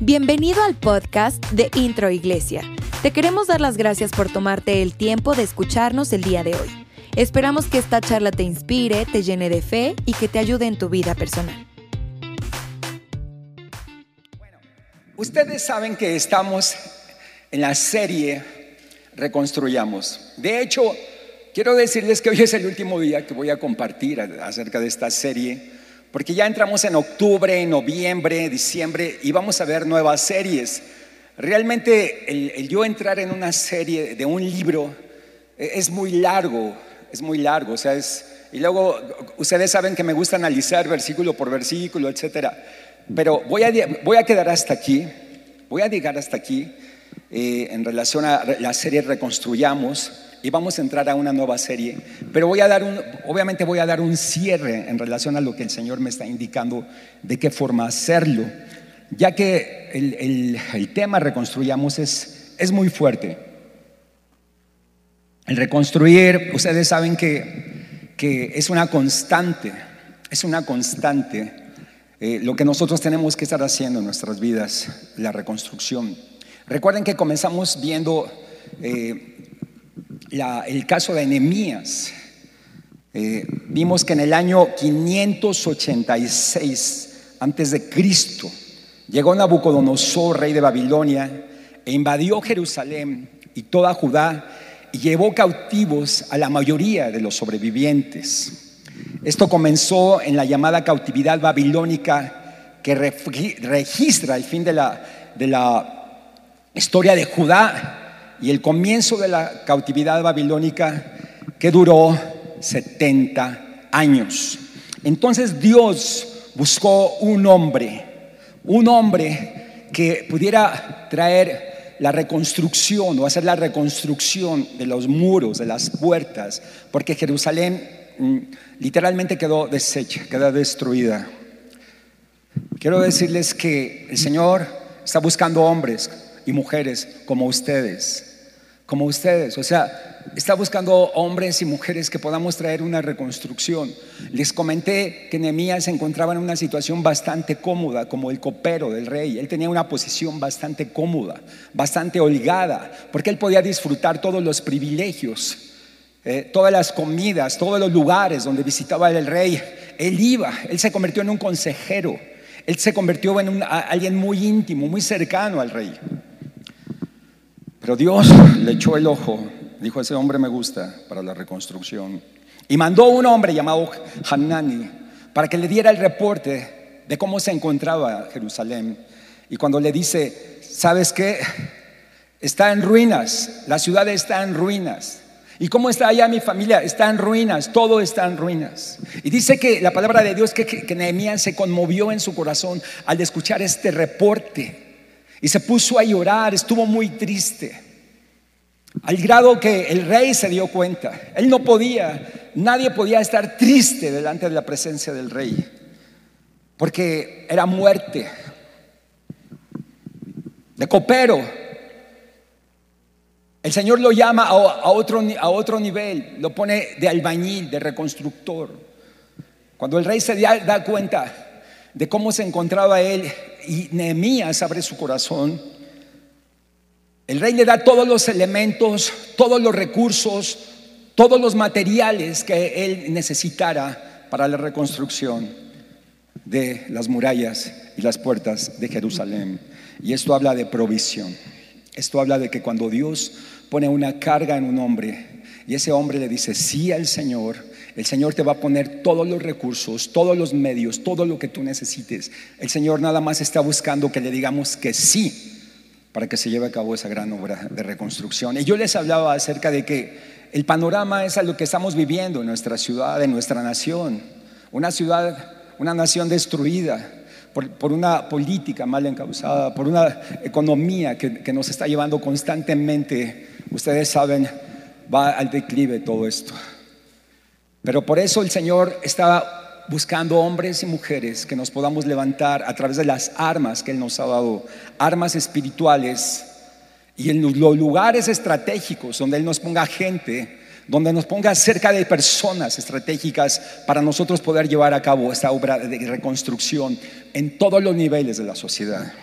Bienvenido al podcast de Intro Iglesia. Te queremos dar las gracias por tomarte el tiempo de escucharnos el día de hoy. Esperamos que esta charla te inspire, te llene de fe y que te ayude en tu vida personal. Bueno, ustedes saben que estamos en la serie Reconstruyamos. De hecho, quiero decirles que hoy es el último día que voy a compartir acerca de esta serie, porque ya entramos en octubre, noviembre, diciembre y vamos a ver nuevas series. Realmente el yo entrar en una serie de un libro es muy largo, o sea, y luego ustedes saben que me gusta analizar versículo por versículo, etcétera. Pero voy a quedar hasta aquí, en relación a la serie Reconstruyamos. Y vamos a entrar a una nueva serie, pero obviamente voy a dar un cierre en relación a lo que el Señor me está indicando de qué forma hacerlo, ya que el tema Reconstruyamos es muy fuerte. El reconstruir, ustedes saben que es una constante, lo que nosotros tenemos que estar haciendo en nuestras vidas, la reconstrucción. Recuerden que comenzamos viendo el caso de Nehemías. Vimos que en el año 586 antes de Cristo llegó Nabucodonosor, rey de Babilonia, e invadió Jerusalén y toda Judá y llevó cautivos a la mayoría de los sobrevivientes. Esto comenzó en la llamada cautividad babilónica, que registra el fin de la historia de Judá y el comienzo de la cautividad babilónica, que duró 70 años. Entonces Dios buscó un hombre que pudiera traer la reconstrucción o hacer la reconstrucción de los muros, de las puertas, porque Jerusalén literalmente quedó deshecha, quedó destruida. Quiero decirles que el Señor está buscando hombres y mujeres como ustedes, o sea, está buscando hombres y mujeres que podamos traer una reconstrucción. Les comenté que Nehemías se encontraba en una situación bastante cómoda, como el copero del rey. Él tenía una posición bastante cómoda, bastante holgada, porque él podía disfrutar todos los privilegios, todas las comidas, todos los lugares donde visitaba el rey. Él se convirtió en un consejero, él se convirtió en alguien muy íntimo, muy cercano al rey. Pero Dios le echó el ojo, dijo: ese hombre me gusta para la reconstrucción. Y mandó un hombre llamado Hanani para que le diera el reporte de cómo se encontraba Jerusalén. Y cuando le dice: ¿sabes qué? Está en ruinas, la ciudad está en ruinas. ¿Y cómo está allá mi familia? Está en ruinas, todo está en ruinas. Y dice que la palabra de Dios que Nehemías se conmovió en su corazón al escuchar este reporte. Y se puso a llorar, estuvo muy triste, al grado que el rey se dio cuenta. Nadie podía estar triste delante de la presencia del rey, porque era muerte. De copero, el Señor lo llama a otro nivel, lo pone de albañil, de reconstructor. Cuando el rey se da cuenta de cómo se encontraba él, y Nehemías abre su corazón, el rey le da todos los elementos, todos los recursos, todos los materiales que él necesitara para la reconstrucción de las murallas y las puertas de Jerusalén. Y esto habla de provisión. Esto habla de que cuando Dios pone una carga en un hombre y ese hombre le dice sí al Señor, el Señor te va a poner todos los recursos, todos los medios, todo lo que tú necesites. El Señor nada más está buscando que le digamos que sí para que se lleve a cabo esa gran obra de reconstrucción. Y yo les hablaba acerca de que el panorama es a lo que estamos viviendo en nuestra ciudad, en nuestra nación. Una nación destruida por una política mal encauzada, por una economía que nos está llevando constantemente. Ustedes saben, va al declive todo esto. Pero por eso el Señor está buscando hombres y mujeres que nos podamos levantar a través de las armas que Él nos ha dado, armas espirituales, y en los lugares estratégicos donde Él nos ponga gente, donde nos ponga cerca de personas estratégicas para nosotros poder llevar a cabo esta obra de reconstrucción en todos los niveles de la sociedad.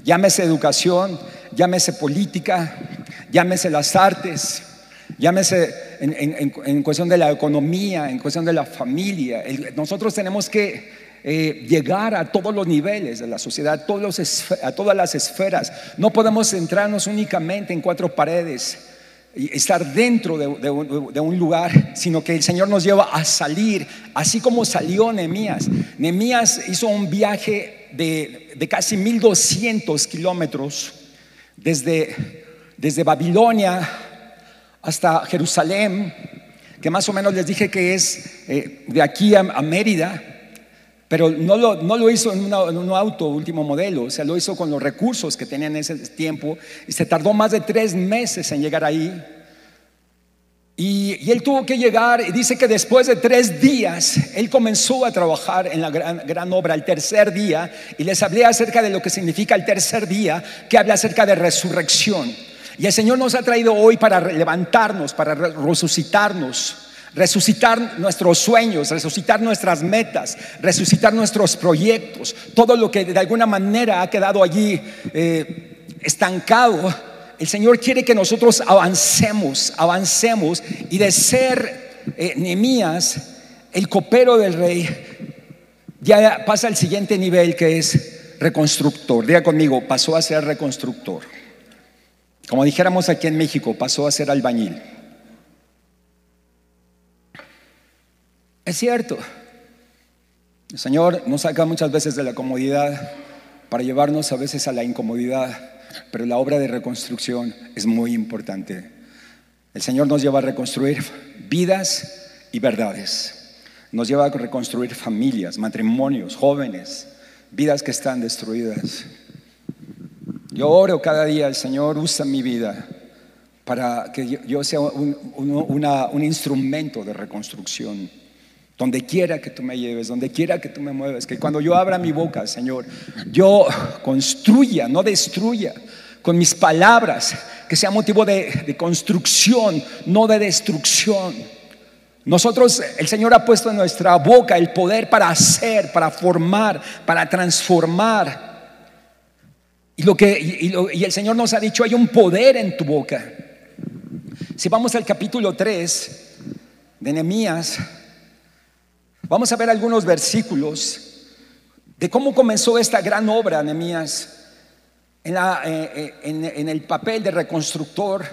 Llámese educación, llámese política, llámese las artes, llámese en cuestión de la economía, en cuestión de la familia. Nosotros tenemos que llegar a todos los niveles de la sociedad, a todas las esferas. No podemos centrarnos únicamente en cuatro paredes y estar dentro de un lugar, sino que el Señor nos lleva a salir, así como salió Nehemías. Nehemías hizo un viaje de casi 1200 kilómetros desde Babilonia hasta Jerusalén, que más o menos les dije que es de aquí a Mérida. Pero no lo hizo en un auto último modelo, o sea, lo hizo con los recursos que tenía en ese tiempo, y se tardó más de 3 meses en llegar ahí. Y él tuvo que llegar, y dice que después de 3 días él comenzó a trabajar en la gran obra el tercer día, y les hablé acerca de lo que significa el tercer día, que habla acerca de resurrección. Y el Señor nos ha traído hoy para levantarnos, para resucitarnos, resucitar nuestros sueños, resucitar nuestras metas, resucitar nuestros proyectos, todo lo que de alguna manera ha quedado allí estancado. El Señor quiere que nosotros avancemos y de ser Nehemías, el copero del rey, ya pasa al siguiente nivel, que es reconstructor. Diga conmigo, pasó a ser reconstructor. Como dijéramos aquí en México, pasó a ser albañil. Es cierto, el Señor nos saca muchas veces de la comodidad para llevarnos a veces a la incomodidad, pero la obra de reconstrucción es muy importante. El Señor nos lleva a reconstruir vidas y verdades, nos lleva a reconstruir familias, matrimonios, jóvenes, vidas que están destruidas. Yo oro cada día, el Señor usa mi vida para que yo sea un instrumento de reconstrucción. Donde quiera que tú me lleves, donde quiera que tú me mueves, que cuando yo abra mi boca, Señor, yo construya, no destruya, con mis palabras, que sea motivo de construcción, no de destrucción. Nosotros, el Señor ha puesto en nuestra boca el poder para hacer, para formar, para transformar. Y el Señor nos ha dicho, hay un poder en tu boca. Si vamos al capítulo 3 de Nehemías, vamos a ver algunos versículos de cómo comenzó esta gran obra, Nehemías, en el papel de reconstructor.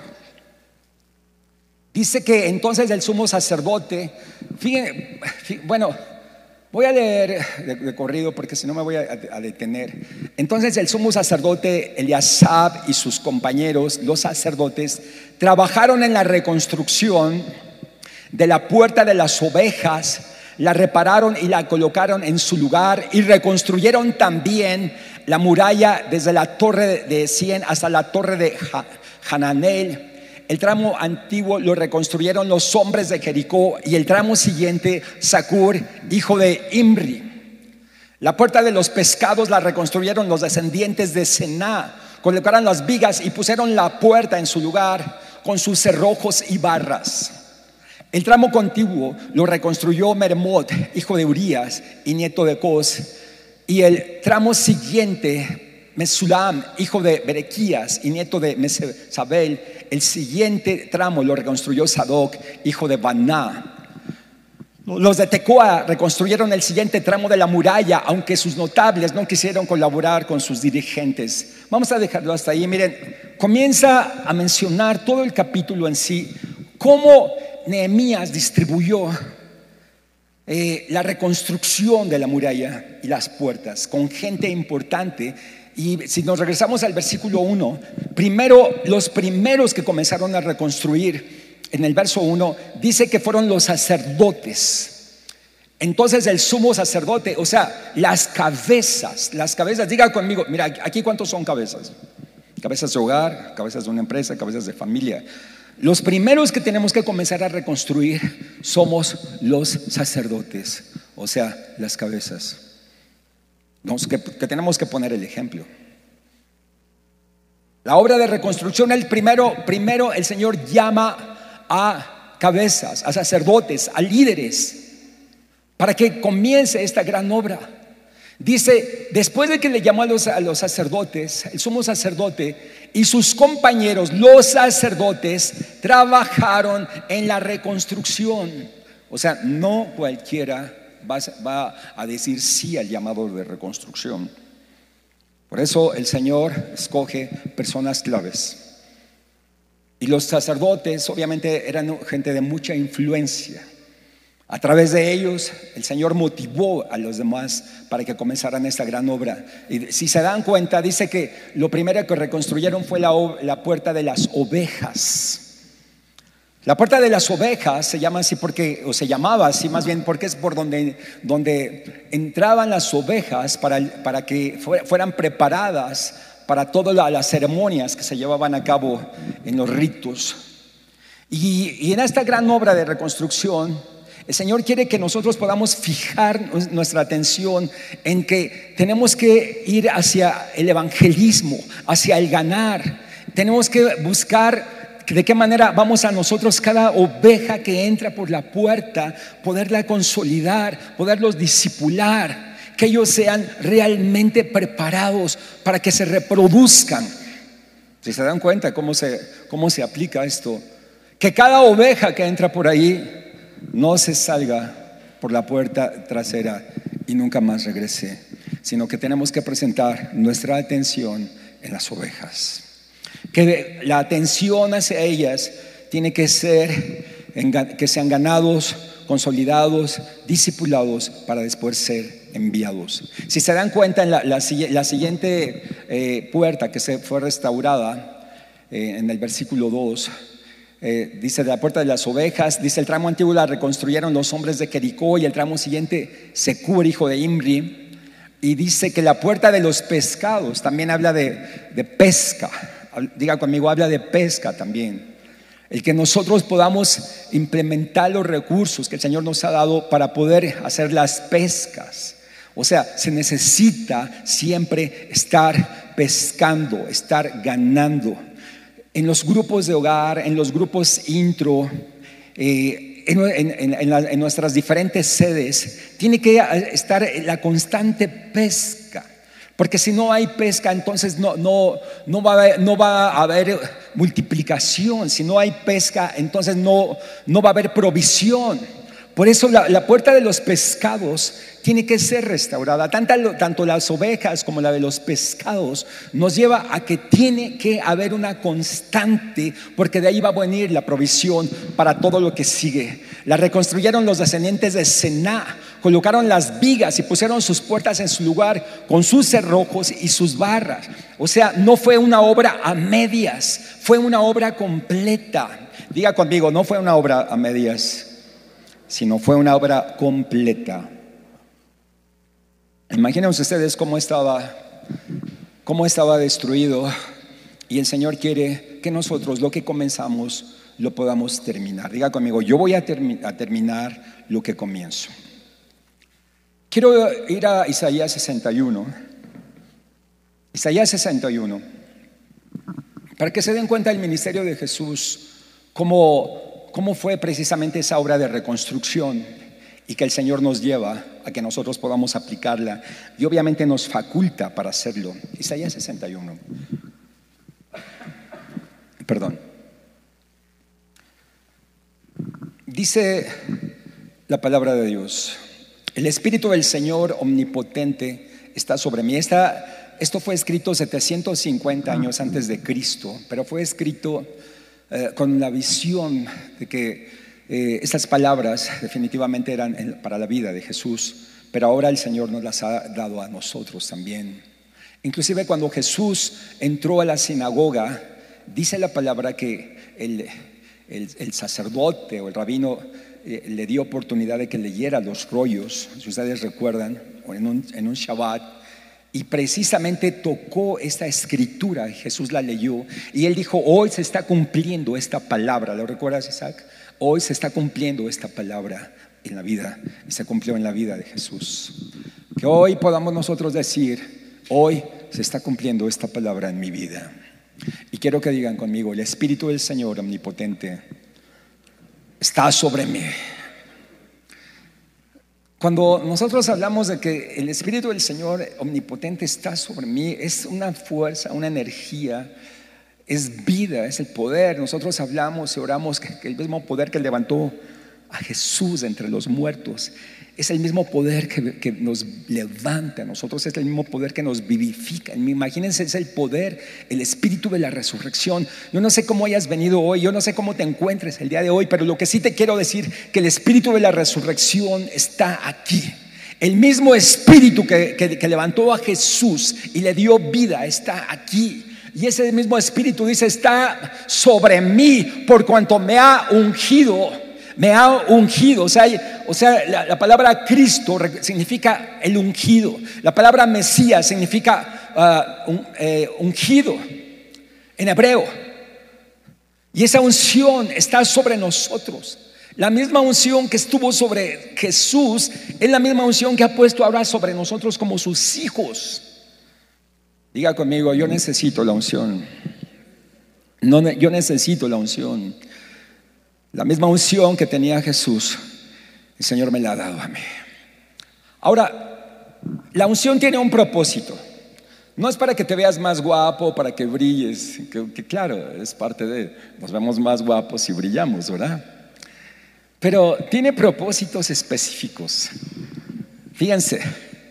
Dice que entonces el sumo sacerdote, bueno, voy a leer de corrido porque si no me voy a detener. Entonces el sumo sacerdote Eliasab y sus compañeros, los sacerdotes, trabajaron en la reconstrucción de la puerta de las ovejas, la repararon y la colocaron en su lugar, y reconstruyeron también la muralla desde la torre de Sién hasta la torre de Hananel. El tramo antiguo lo reconstruyeron los hombres de Jericó, y el tramo siguiente Zacur, hijo de Imri. La puerta de los pescados la reconstruyeron los descendientes de Sená, colocaron las vigas y pusieron la puerta en su lugar con sus cerrojos y barras. El tramo contiguo lo reconstruyó Meremot, hijo de Urías y nieto de Cos, y el tramo siguiente Mesulam, hijo de Berequías y nieto de Mesabel. El siguiente tramo lo reconstruyó Sadoc, hijo de Baná. Los de Tecoa reconstruyeron el siguiente tramo de la muralla, aunque sus notables no quisieron colaborar con sus dirigentes. Vamos a dejarlo hasta ahí. Miren, comienza a mencionar todo el capítulo en sí, cómo Nehemías distribuyó la reconstrucción de la muralla y las puertas con gente importante. Y si nos regresamos al versículo 1, los primeros que comenzaron a reconstruir, en el verso 1 dice que fueron los sacerdotes. Entonces el sumo sacerdote, o sea, las cabezas, diga conmigo, mira, aquí ¿cuántos son cabezas? Cabezas de hogar, cabezas de una empresa, cabezas de familia. Los primeros que tenemos que comenzar a reconstruir somos los sacerdotes, o sea, las cabezas. Que tenemos que poner el ejemplo. La obra de reconstrucción, primero el Señor llama a cabezas, a sacerdotes, a líderes, para que comience esta gran obra. Dice, después de que le llamó a los sacerdotes, el sumo sacerdote y sus compañeros, los sacerdotes, trabajaron en la reconstrucción. O sea, no cualquiera va a decir sí al llamado de reconstrucción. Por eso el Señor escoge personas claves. Y los sacerdotes obviamente eran gente de mucha influencia. A través de ellos el Señor motivó a los demás para que comenzaran esta gran obra. Y si se dan cuenta, dice que lo primero que reconstruyeron fue la puerta de las ovejas. La puerta de las ovejas se llama así o se llamaba así más bien porque es por donde entraban las ovejas para que fueran preparadas para todas las ceremonias que se llevaban a cabo en los ritos. Y en esta gran obra de reconstrucción, el Señor quiere que nosotros podamos fijar nuestra atención en que tenemos que ir hacia el evangelismo, hacia el ganar. Tenemos que buscar de qué manera vamos a nosotros, cada oveja que entra por la puerta, poderla consolidar, poderlos discipular, que ellos sean realmente preparados para que se reproduzcan. Si se dan cuenta cómo se aplica esto, que cada oveja que entra por ahí no se salga por la puerta trasera y nunca más regrese, sino que tenemos que presentar nuestra atención en las ovejas. Que la atención hacia ellas tiene que ser que sean ganados, consolidados, discipulados para después ser enviados. Si se dan cuenta, en la siguiente puerta que se fue restaurada, en el versículo 2, dice: de la puerta de las ovejas, dice, el tramo antiguo la reconstruyeron los hombres de Jericó, y el tramo siguiente Secur, hijo de Imri. Y dice que la puerta de los pescados también habla de pesca. Diga conmigo, habla de pesca también. El que nosotros podamos implementar los recursos que el Señor nos ha dado para poder hacer las pescas. O sea, se necesita siempre estar pescando, estar ganando. En los grupos de hogar, en los grupos intro, en nuestras diferentes sedes, tiene que estar la constante pesca. Porque si no hay pesca, entonces no va a haber multiplicación. Si no hay pesca, entonces no va a haber provisión. Por eso la puerta de los pescados tiene que ser restaurada. Tanto las ovejas como la de los pescados nos lleva a que tiene que haber una constante, porque de ahí va a venir la provisión para todo lo que sigue. La reconstruyeron los descendientes de Sená, colocaron las vigas y pusieron sus puertas en su lugar con sus cerrojos y sus barras. O sea, no fue una obra a medias, fue una obra completa. Diga conmigo, no fue una obra a medias, sino fue una obra completa. Imagínense ustedes cómo estaba destruido, y el Señor quiere que nosotros lo que comenzamos lo podamos terminar. Diga conmigo, yo voy a terminar lo que comienzo. Quiero ir a Isaías 61. Isaías 61, para que se den cuenta del ministerio de Jesús, cómo fue precisamente esa obra de reconstrucción, y que el Señor nos lleva a que nosotros podamos aplicarla, y obviamente nos faculta para hacerlo. Isaías 61. Dice la palabra de Dios: el Espíritu del Señor omnipotente está sobre mí. Esto fue escrito 750 años antes de Cristo, pero fue escrito con la visión de que estas palabras definitivamente eran para la vida de Jesús, pero ahora el Señor nos las ha dado a nosotros también. Inclusive cuando Jesús entró a la sinagoga, dice la palabra que el sacerdote o el rabino le dio oportunidad de que leyera los rollos, si ustedes recuerdan, en un Shabbat, y precisamente tocó esta escritura. Jesús la leyó y él dijo: hoy se está cumpliendo esta palabra. ¿Lo recuerdas, Isaac? Hoy se está cumpliendo esta palabra en la vida, y se cumplió en la vida de Jesús. Que hoy podamos nosotros decir: hoy se está cumpliendo esta palabra en mi vida. Y quiero que digan conmigo: el Espíritu del Señor omnipotente está sobre mí. Cuando nosotros hablamos de que el Espíritu del Señor omnipotente está sobre mí, es una fuerza, una energía, es vida, es el poder. Nosotros hablamos y oramos que el mismo poder que levantó a Jesús de entre los muertos es el mismo poder que nos levanta a nosotros, es el mismo poder que nos vivifica. Imagínense, es el poder, el espíritu de la resurrección. Yo no sé cómo hayas venido hoy, yo no sé cómo te encuentres el día de hoy, pero lo que sí te quiero decir, que el espíritu de la resurrección está aquí. El mismo espíritu que levantó a Jesús y le dio vida está aquí. Y ese mismo espíritu dice, está sobre mí por cuanto me ha ungido. Me ha ungido, o sea la palabra Cristo significa el ungido. La palabra Mesías significa ungido en hebreo. Y esa unción está sobre nosotros. La misma unción que estuvo sobre Jesús es la misma unción que ha puesto ahora sobre nosotros como sus hijos. Diga conmigo, yo necesito la unción. Yo necesito la unción. La misma unción que tenía Jesús, el Señor me la ha dado a mí. Ahora, la unción tiene un propósito. No es para que te veas más guapo, para que brilles, que claro, es parte de, nos vemos más guapos y brillamos, ¿verdad? Pero tiene propósitos específicos. Fíjense,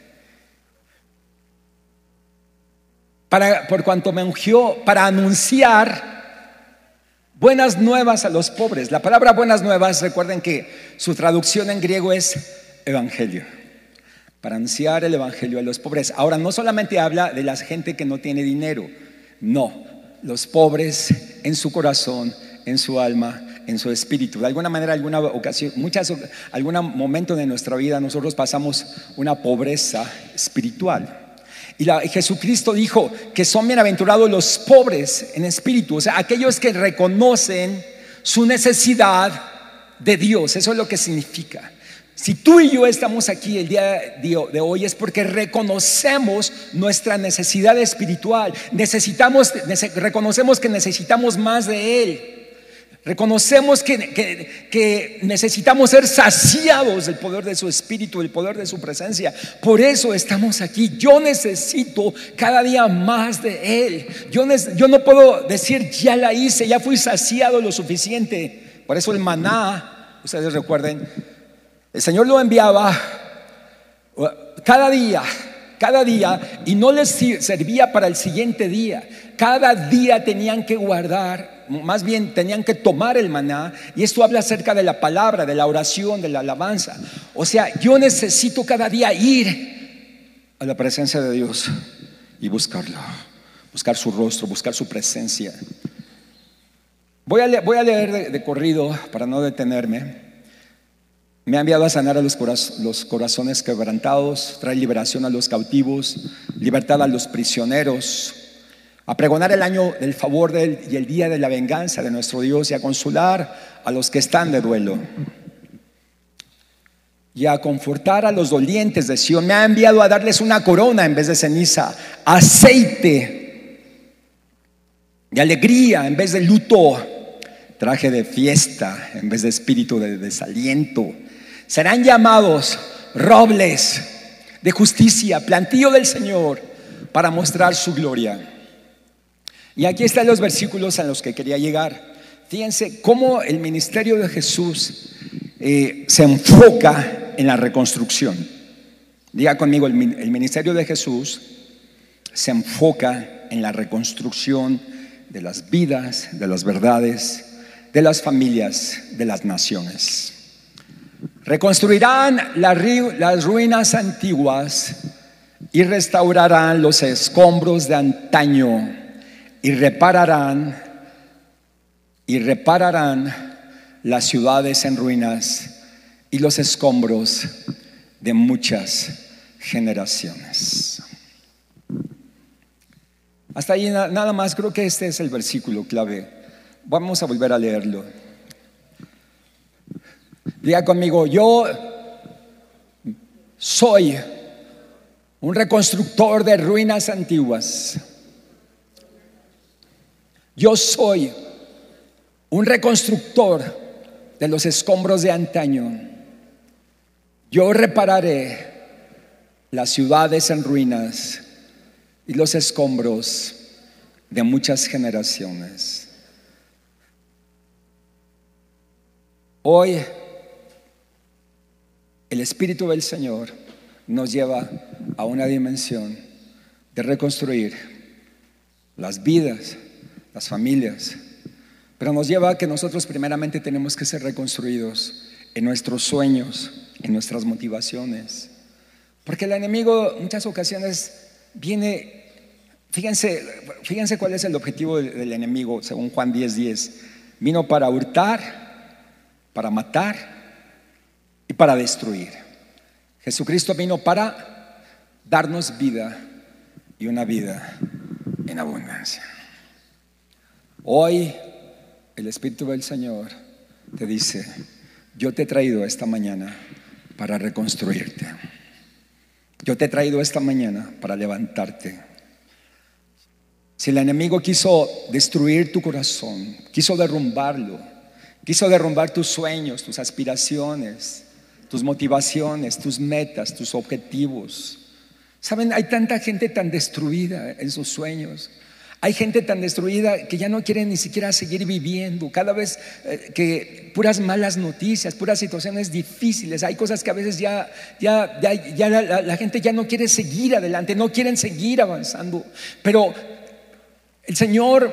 por cuanto me ungió para anunciar buenas nuevas a los pobres. La palabra buenas nuevas, recuerden que su traducción en griego es evangelio. Para anunciar el evangelio a los pobres. Ahora, no solamente habla de la gente que no tiene dinero. No, los pobres en su corazón, en su alma, en su espíritu. De alguna manera, alguna ocasión, algún momento de nuestra vida nosotros pasamos una pobreza espiritual. Y Jesucristo dijo que son bienaventurados los pobres en espíritu, o sea, aquellos que reconocen su necesidad de Dios. Eso es lo que significa. Si tú y yo estamos aquí el día de hoy es porque reconocemos nuestra necesidad espiritual. Reconocemos que necesitamos más de Él. Reconocemos que necesitamos ser saciados del poder de su espíritu, del poder de su presencia. Por eso estamos aquí. Yo necesito cada día más de Él. Yo no puedo decir ya la hice, ya fui saciado lo suficiente. Por eso el maná, ustedes recuerden, el Señor lo enviaba cada día y no les servía para el siguiente día. Cada día tenían que guardar, más bien tenían que tomar el maná. Y esto habla acerca de la palabra, de la oración, de la alabanza. O sea, yo necesito cada día ir a la presencia de Dios y buscarlo, buscar su rostro, buscar su presencia. Voy a leer de corrido para no detenerme. Me ha enviado a sanar a los corazones quebrantados, traer liberación a los cautivos, libertad a los prisioneros, a pregonar el año del favor y el día de la venganza de nuestro Dios, y a consolar a los que están de duelo, y a confortar a los dolientes de Sión. Me ha enviado a darles una corona en vez de ceniza, aceite de alegría en vez de luto, traje de fiesta en vez de espíritu de desaliento. Serán llamados robles de justicia, plantío del Señor, para mostrar su gloria. Y aquí están los versículos a los que quería llegar. Fíjense cómo el ministerio de Jesús se enfoca en la reconstrucción. Diga conmigo, el ministerio de Jesús se enfoca en la reconstrucción de las vidas, de las verdades, de las familias, de las naciones. Reconstruirán las ruinas antiguas y restaurarán los escombros de antaño y repararán las ciudades en ruinas y los escombros de muchas generaciones. Hasta ahí nada más. Creo que este es el versículo clave. Vamos a volver a leerlo. Diga conmigo, yo soy un reconstructor de ruinas antiguas. Yo soy un reconstructor de los escombros de antaño. Yo repararé las ciudades en ruinas y los escombros de muchas generaciones. Hoy el Espíritu del Señor nos lleva a una dimensión de reconstruir las vidas, las familias, pero nos lleva a que nosotros primeramente tenemos que ser reconstruidos en nuestros sueños, en nuestras motivaciones, porque el enemigo en muchas ocasiones viene. Fíjense cuál es el objetivo del enemigo según Juan 10:10. Vino para hurtar, para matar y para destruir. Jesucristo vino para darnos vida y una vida en abundancia. Hoy el Espíritu del Señor te dice: yo te he traído esta mañana para reconstruirte. Yo te he traído esta mañana para levantarte. Si el enemigo quiso destruir tu corazón, quiso derrumbarlo, quiso derrumbar tus sueños, tus aspiraciones, tus motivaciones, tus metas, tus objetivos. ¿Saben? Hay tanta gente tan destruida en sus sueños. Hay gente tan destruida que ya no quiere ni siquiera seguir viviendo. Cada vez que puras malas noticias, puras situaciones difíciles. Hay cosas que a veces ya la gente ya no quiere seguir adelante, no quieren seguir avanzando. Pero el Señor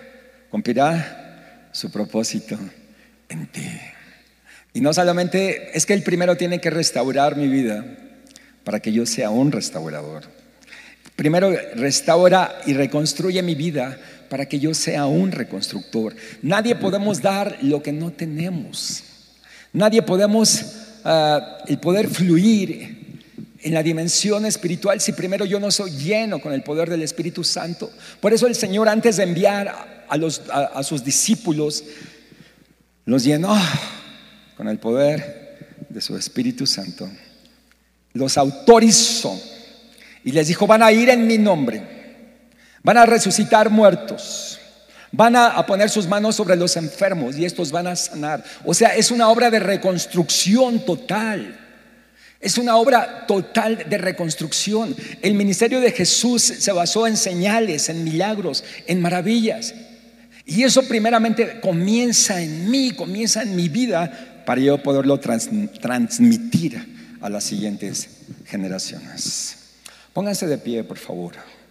cumplirá su propósito en ti. Y no solamente es que Él primero tiene que restaurar mi vida para que yo sea un restaurador. Primero restaura y reconstruye mi vida para que yo sea un reconstructor. Nadie podemos dar lo que no tenemos. Nadie podemos el poder fluir en la dimensión espiritual si primero yo no soy lleno con el poder del Espíritu Santo. Por eso el Señor, antes de enviar a sus discípulos, los llenó con el poder de su Espíritu Santo. Los autorizó y les dijo: van a ir en mi nombre, van a resucitar muertos, van a poner sus manos sobre los enfermos y estos van a sanar. O sea, es una obra de reconstrucción total. Es una obra total de reconstrucción. El ministerio de Jesús se basó en señales, en milagros, en maravillas. Y eso primeramente comienza en mí, comienza en mi vida, para yo poderlo transmitir a las siguientes generaciones. Pónganse de pie, por favor.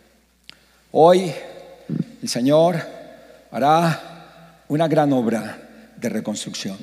Hoy el Señor hará una gran obra de reconstrucción.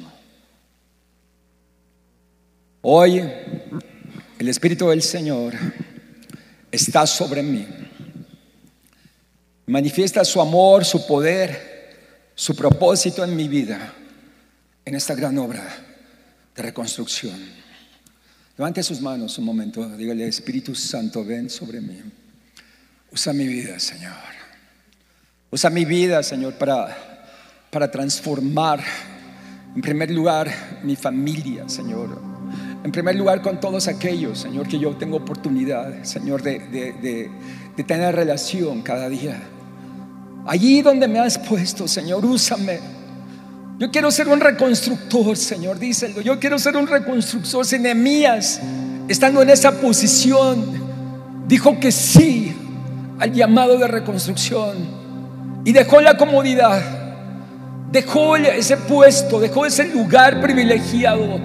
Hoy el Espíritu del Señor está sobre mí. Manifiesta su amor, su poder, su propósito en mi vida, en esta gran obra de reconstrucción. Levante sus manos un momento, dígale: Espíritu Santo, ven sobre mí. Usa mi vida, Señor. Usa mi vida, Señor, para transformar, en primer lugar, mi familia, Señor. En primer lugar, con todos aquellos, Señor, que yo tengo oportunidad, Señor, de tener relación cada día. Allí donde me has puesto, Señor, úsame. Yo quiero ser un reconstructor, Señor, díselo. Yo quiero ser un reconstructor. Si Nehemías, estando en esa posición, dijo que sí al llamado de reconstrucción y dejó la comodidad, dejó ese puesto, dejó ese lugar privilegiado.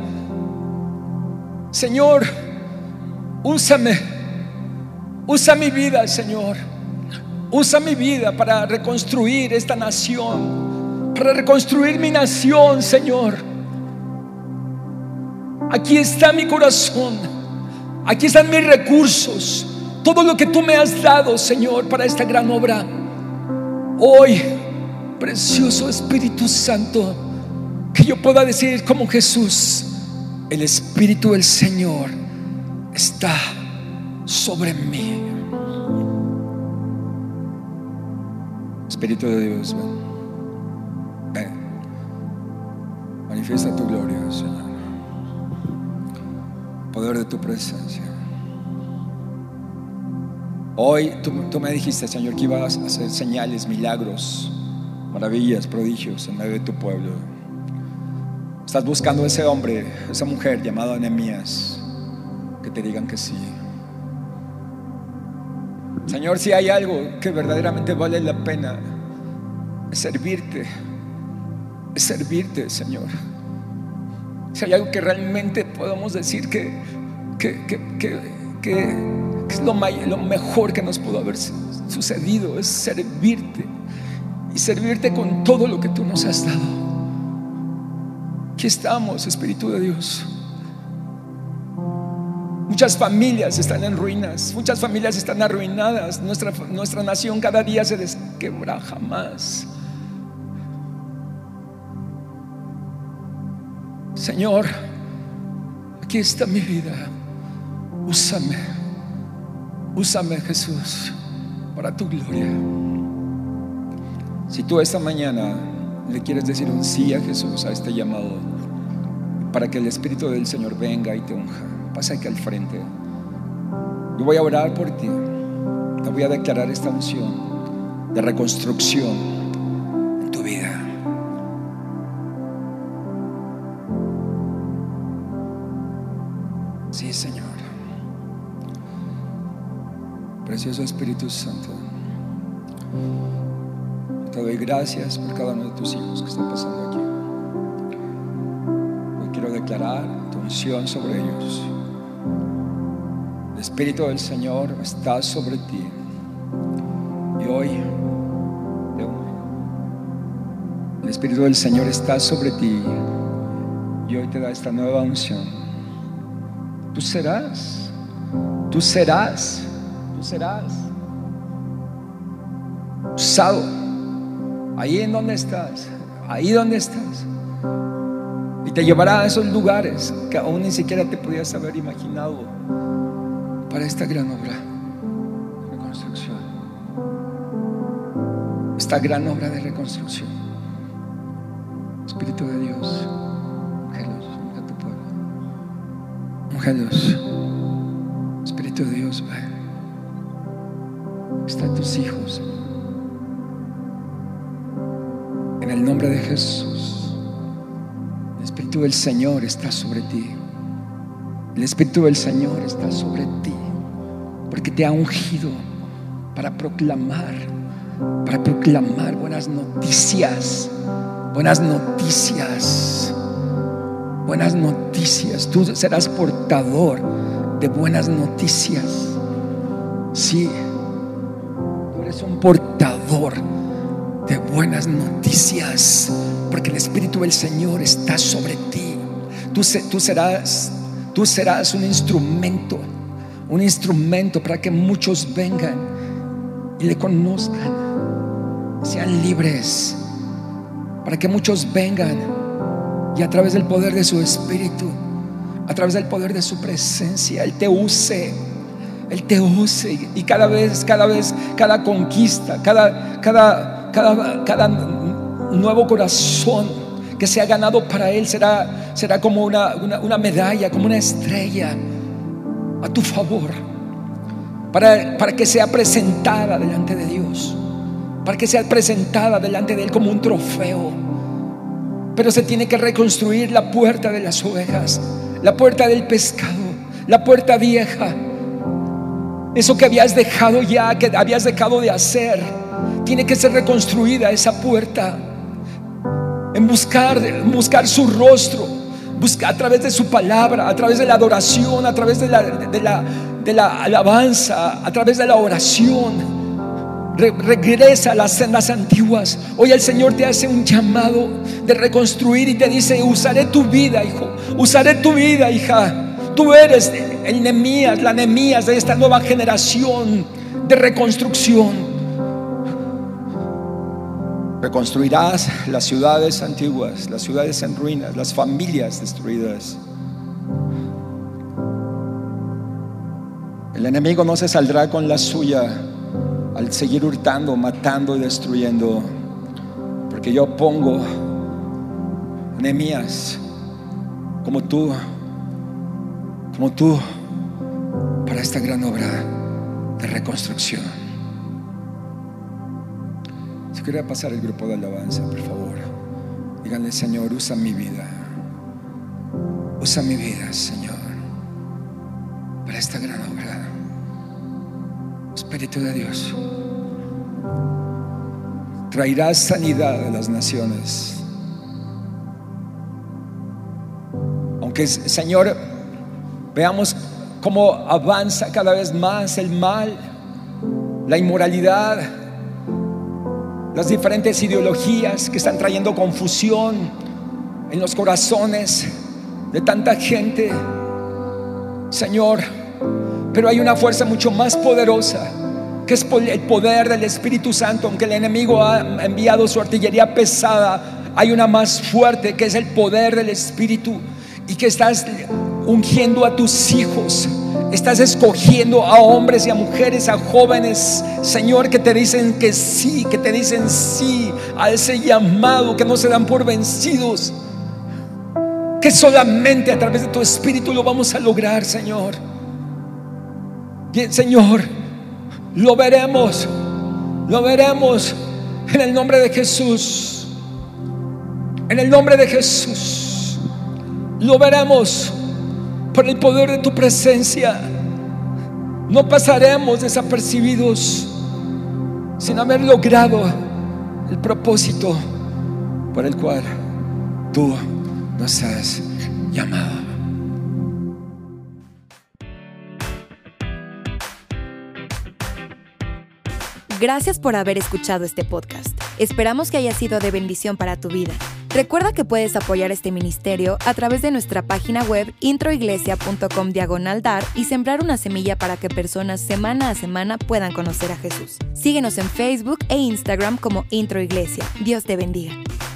Señor, úsame, usa mi vida, Señor. Usa mi vida para reconstruir esta nación, para reconstruir mi nación, Señor. Aquí está mi corazón, aquí están mis recursos, todo lo que tú me has dado, Señor, para esta gran obra. Hoy, precioso Espíritu Santo, que yo pueda decir como Jesús: el Espíritu del Señor está sobre mí. Espíritu de Dios, ven, ven, manifiesta tu gloria, Señor, poder de tu presencia. Hoy tú me dijiste, Señor, que ibas a hacer señales, milagros, maravillas, prodigios en medio de tu pueblo. Estás buscando a ese hombre, esa mujer llamada Nehemías, te digan que sí. Señor, si hay algo que verdaderamente vale la pena, es servirte, Señor. Si hay algo que realmente podamos decir que es lo mejor que nos pudo haber sucedido, es servirte, y servirte con todo lo que tú nos has dado. Aquí estamos, Espíritu de Dios. Muchas familias están en ruinas, muchas familias están arruinadas. Nuestra nación cada día se desquebraja más. Señor, aquí está mi vida. Úsame, Jesús, para tu gloria. Si tú esta mañana le quieres decir un sí a Jesús, a este llamado, para que el Espíritu del Señor venga y te unja, pasa aquí al frente. Yo voy a orar por ti. Te voy a declarar esta unción de reconstrucción en tu vida. Sí, Señor. Precioso Espíritu Santo, te doy gracias por cada uno de tus hijos que están pasando aquí. Hoy quiero declarar tu unción sobre ellos. El Espíritu del Señor está sobre ti, y hoy te unjo. El Espíritu del Señor está sobre ti, y hoy te da esta nueva unción. Tú serás usado ahí donde estás, y te llevará a esos lugares que aún ni siquiera te podías haber imaginado para esta gran obra de reconstrucción. Esta gran obra de reconstrucción. Espíritu de Dios, úngelos, unge a tu pueblo, úngelos. Espíritu de Dios, ven. Están tus hijos, en el nombre de Jesús. El Espíritu del Señor está sobre ti. El Espíritu del Señor está sobre ti, porque te ha ungido para proclamar buenas noticias. Tú serás portador de buenas noticias. Sí, tú eres un portador de buenas noticias, porque el Espíritu del Señor está sobre ti. Tú serás un instrumento para que muchos vengan y le conozcan, sean libres, para que muchos vengan y a través del poder de su Espíritu, a través del poder de su presencia, Él te use, y cada conquista, cada nuevo corazón que sea ganado para Él será como una medalla, como una estrella a tu favor, para que sea presentada delante de Dios, para que sea presentada delante de Él como un trofeo. Pero se tiene que reconstruir la puerta de las ovejas, la puerta del pescado, la puerta vieja. Eso que habías dejado ya, que habías dejado de hacer, tiene que ser reconstruida esa puerta. En buscar su rostro, a través de su palabra, a través de la adoración, a través de la alabanza, a través de la oración. Regresa a las sendas antiguas. Hoy el Señor te hace un llamado de reconstruir y te dice: usaré tu vida, hijo, usaré tu vida, hija. Tú eres el Nehemías, la Nehemías de esta nueva generación de reconstrucción. Reconstruirás las ciudades antiguas, las ciudades en ruinas, las familias destruidas. El enemigo no se saldrá con la suya al seguir hurtando, matando y destruyendo, porque yo pongo Nehemías como tú para esta gran obra de reconstrucción. Si quería pasar el grupo de alabanza, por favor, díganle: Señor, usa mi vida, Señor, para para esta gran obra. Espíritu de Dios, traerás sanidad a las naciones. Aunque, Señor, veamos cómo avanza cada vez más el mal, la inmoralidad, las diferentes ideologías que están trayendo confusión en los corazones de tanta gente, Señor, pero hay una fuerza mucho más poderosa, que es el poder del Espíritu Santo. Aunque el enemigo ha enviado su artillería pesada, hay una más fuerte, que es el poder del Espíritu, y que estás ungiendo a tus hijos. Estás escogiendo a hombres y a mujeres, a jóvenes, Señor, que te dicen que sí, que te dicen sí a ese llamado, que no se dan por vencidos, que solamente a través de tu Espíritu lo vamos a lograr, Señor. Bien, Señor, lo veremos en el nombre de Jesús. En el nombre de Jesús lo veremos por el poder de tu presencia. No pasaremos desapercibidos sin haber logrado el propósito por el cual tú nos has llamado. Gracias por haber escuchado este podcast. Esperamos que haya sido de bendición para tu vida. Recuerda que puedes apoyar este ministerio a través de nuestra página web introiglesia.com/dar y sembrar una semilla para que personas semana a semana puedan conocer a Jesús. Síguenos en Facebook e Instagram como Intro Iglesia. Dios te bendiga.